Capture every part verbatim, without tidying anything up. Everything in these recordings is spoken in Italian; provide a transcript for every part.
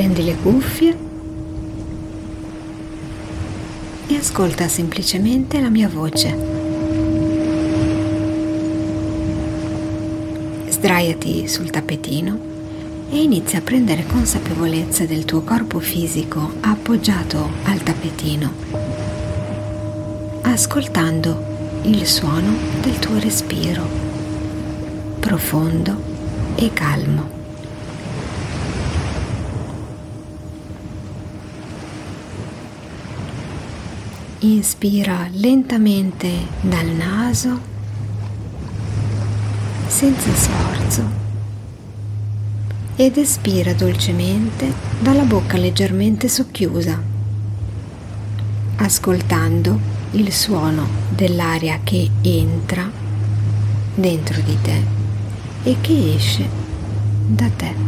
prendi le cuffie e ascolta semplicemente la mia voce. Sdraiati sul tappetino e inizia a prendere consapevolezza del tuo corpo fisico appoggiato al tappetino, ascoltando il suono del tuo respiro profondo e calmo. Inspira lentamente dal naso, senza sforzo, ed espira dolcemente dalla bocca leggermente socchiusa, ascoltando il suono dell'aria che entra dentro di te e che esce da te.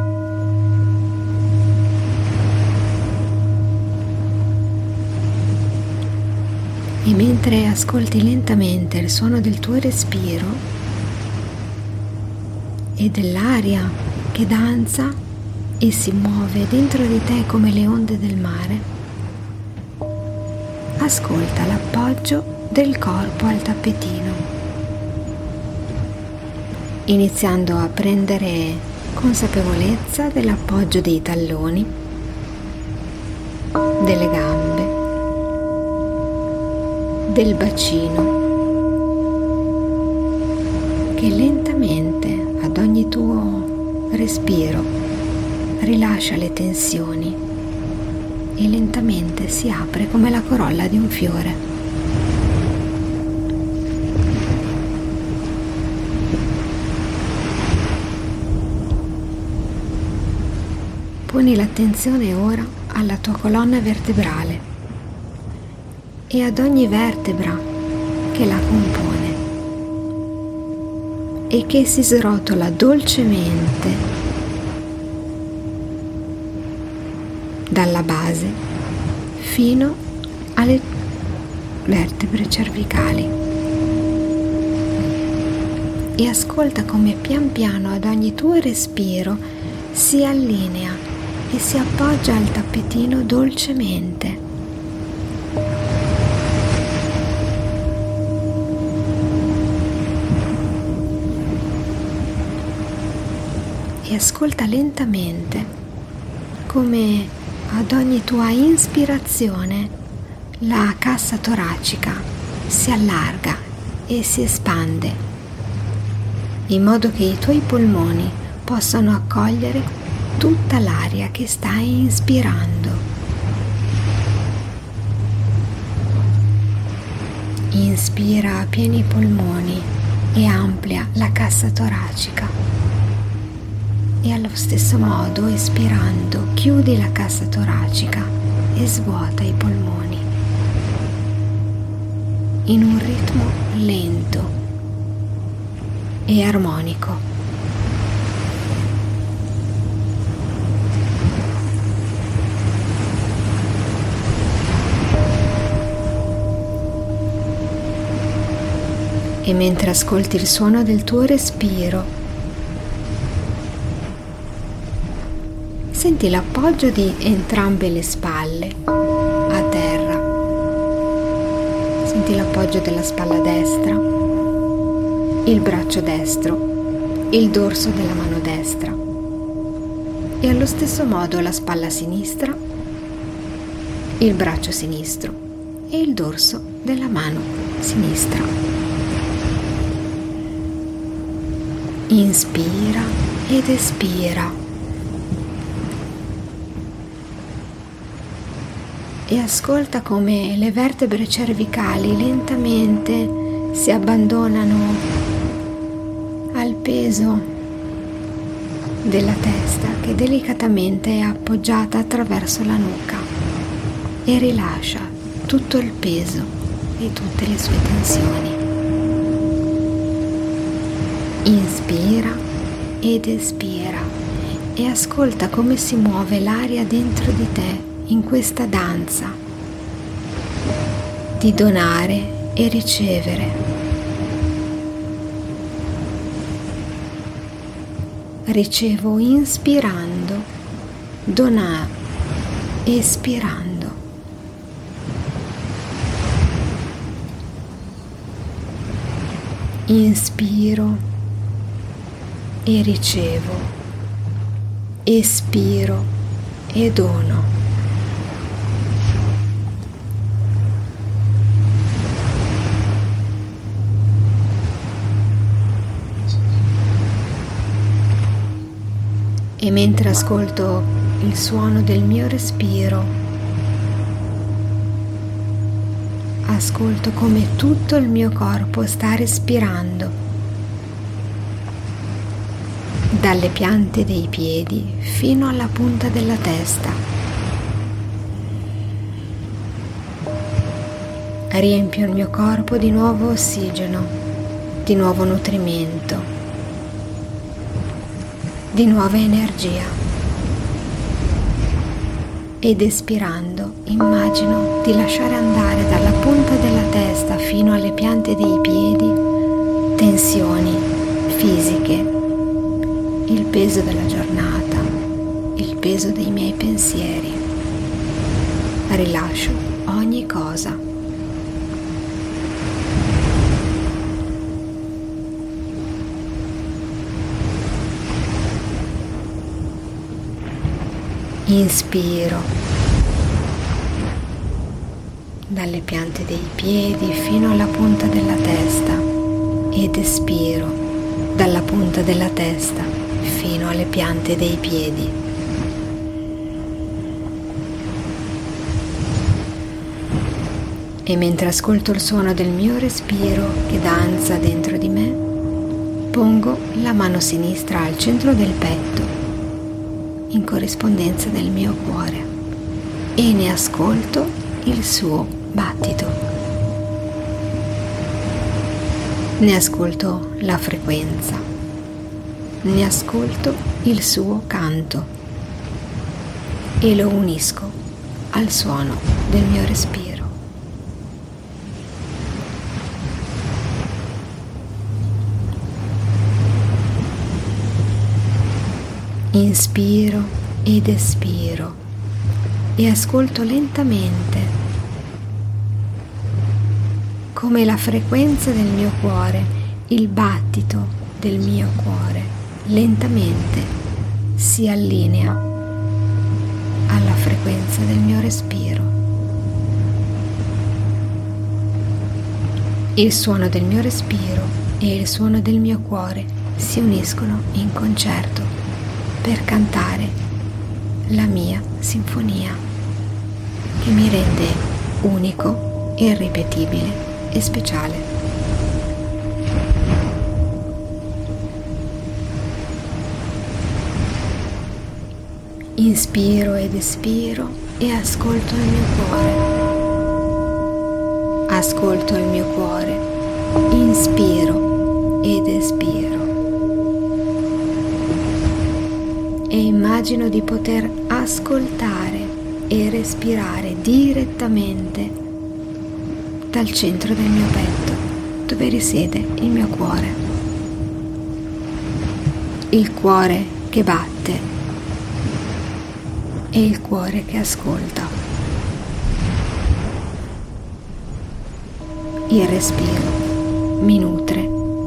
E mentre ascolti lentamente il suono del tuo respiro e dell'aria che danza e si muove dentro di te come le onde del mare, ascolta l'appoggio del corpo al tappetino, iniziando a prendere consapevolezza dell'appoggio dei talloni, delle gambe, del bacino, che lentamente ad ogni tuo respiro rilascia le tensioni e lentamente si apre come la corolla di un fiore. Poni l'attenzione ora alla tua colonna vertebrale e ad ogni vertebra che la compone e che si srotola dolcemente dalla base fino alle vertebre cervicali, e ascolta come pian piano ad ogni tuo respiro si allinea e si appoggia al tappetino dolcemente. E ascolta lentamente come ad ogni tua ispirazione la cassa toracica si allarga e si espande, in modo che i tuoi polmoni possano accogliere tutta l'aria che stai inspirando. Inspira a pieni polmoni e amplia la cassa toracica. E allo stesso modo, espirando, chiudi la cassa toracica e svuota i polmoni in un ritmo lento e armonico. E mentre ascolti il suono del tuo respiro, senti l'appoggio di entrambe le spalle a terra. Senti l'appoggio della spalla destra, il braccio destro, il dorso della mano destra e allo stesso modo la spalla sinistra, il braccio sinistro e il dorso della mano sinistra. Inspira ed espira. E ascolta come le vertebre cervicali lentamente si abbandonano al peso della testa, che delicatamente è appoggiata attraverso la nuca, e rilascia tutto il peso e tutte le sue tensioni. Inspira ed espira e ascolta come si muove l'aria dentro di te in questa danza di donare e ricevere. Ricevo inspirando Dona espirando. Inspiro e ricevo, espiro e dono. E mentre ascolto il suono del mio respiro, ascolto come tutto il mio corpo sta respirando, dalle piante dei piedi fino alla punta della testa. Riempio il mio corpo di nuovo ossigeno, di nuovo nutrimento, di nuova energia. Ed espirando immagino di lasciare andare dalla punta della testa fino alle piante dei piedi tensioni fisiche, il peso della giornata, il peso dei miei pensieri. Rilascio ogni cosa. Inspiro dalle piante dei piedi fino alla punta della testa ed espiro dalla punta della testa fino alle piante dei piedi. E mentre ascolto il suono del mio respiro che danza dentro di me, pongo la mano sinistra al centro del petto in corrispondenza del mio cuore e ne ascolto il suo battito. Ne ascolto la frequenza, ne ascolto il suo canto e lo unisco al suono del mio respiro. Inspiro ed espiro e ascolto lentamente come la frequenza del mio cuore, il battito del mio cuore lentamente si allinea alla frequenza del mio respiro. Il suono del mio respiro e il suono del mio cuore si uniscono in concerto per cantare la mia sinfonia che mi rende unico, irripetibile e speciale. Inspiro ed espiro e ascolto il mio cuore. Ascolto il mio cuore, inspiro ed espiro. E immagino di poter ascoltare e respirare direttamente dal centro del mio petto, dove risiede il mio cuore. Il cuore che batte e il cuore che ascolta. Il respiro mi nutre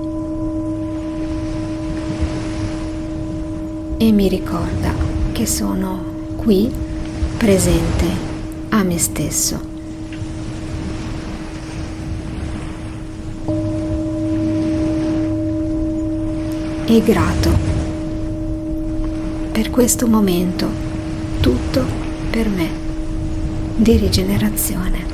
e mi ricorda che sono qui presente a me stesso. E grato per questo momento tutto per me di rigenerazione.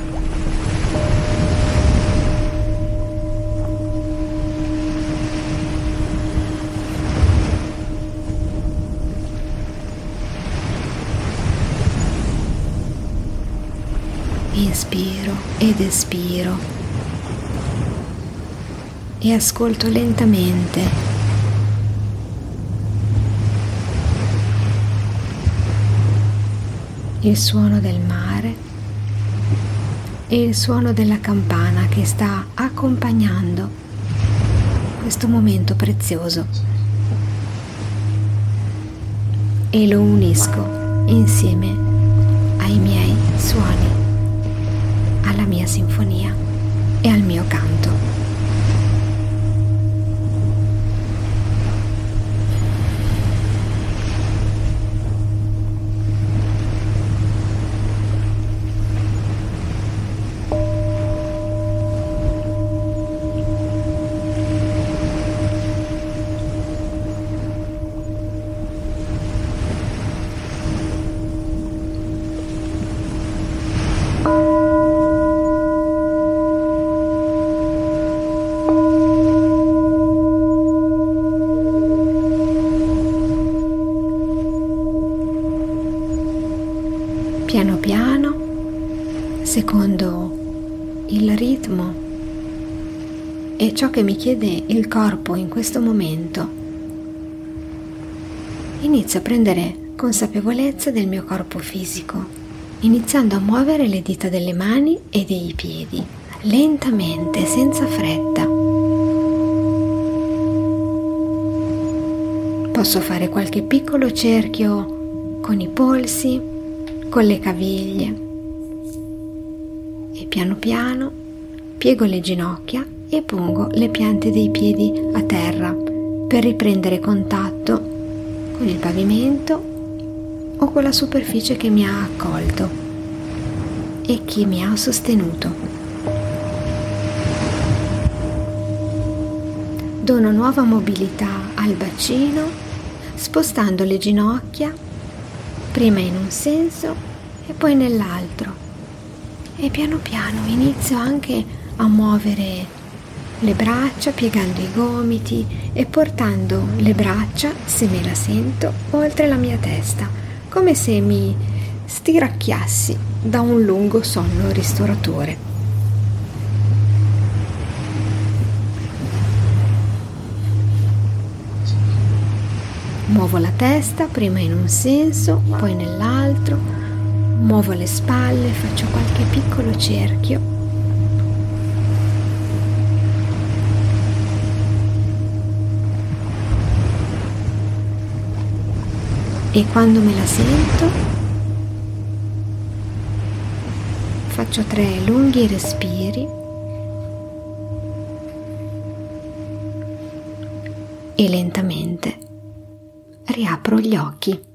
Inspiro ed espiro e ascolto lentamente il suono del mare e il suono della campana che sta accompagnando questo momento prezioso, e lo unisco insieme ai miei suoni, alla mia sinfonia e al mio canto. Piano piano, secondo il ritmo e ciò che mi chiede il corpo in questo momento, inizio a prendere consapevolezza del mio corpo fisico, iniziando a muovere le dita delle mani e dei piedi, lentamente, senza fretta. Posso fare qualche piccolo cerchio con i polsi, con le caviglie e piano piano piego le ginocchia e pongo le piante dei piedi a terra per riprendere contatto con il pavimento o con la superficie che mi ha accolto e che mi ha sostenuto. Do una nuova mobilità al bacino, spostando le ginocchia prima in un senso e poi nell'altro, e piano piano inizio anche a muovere le braccia piegando i gomiti e portando le braccia, se me la sento, oltre la mia testa, come se mi stiracchiassi da un lungo sonno ristoratore. Muovo la testa prima in un senso, poi nell'altro, muovo le spalle, faccio qualche piccolo cerchio e quando me la sento faccio tre lunghi respiri e lentamente riapro gli occhi.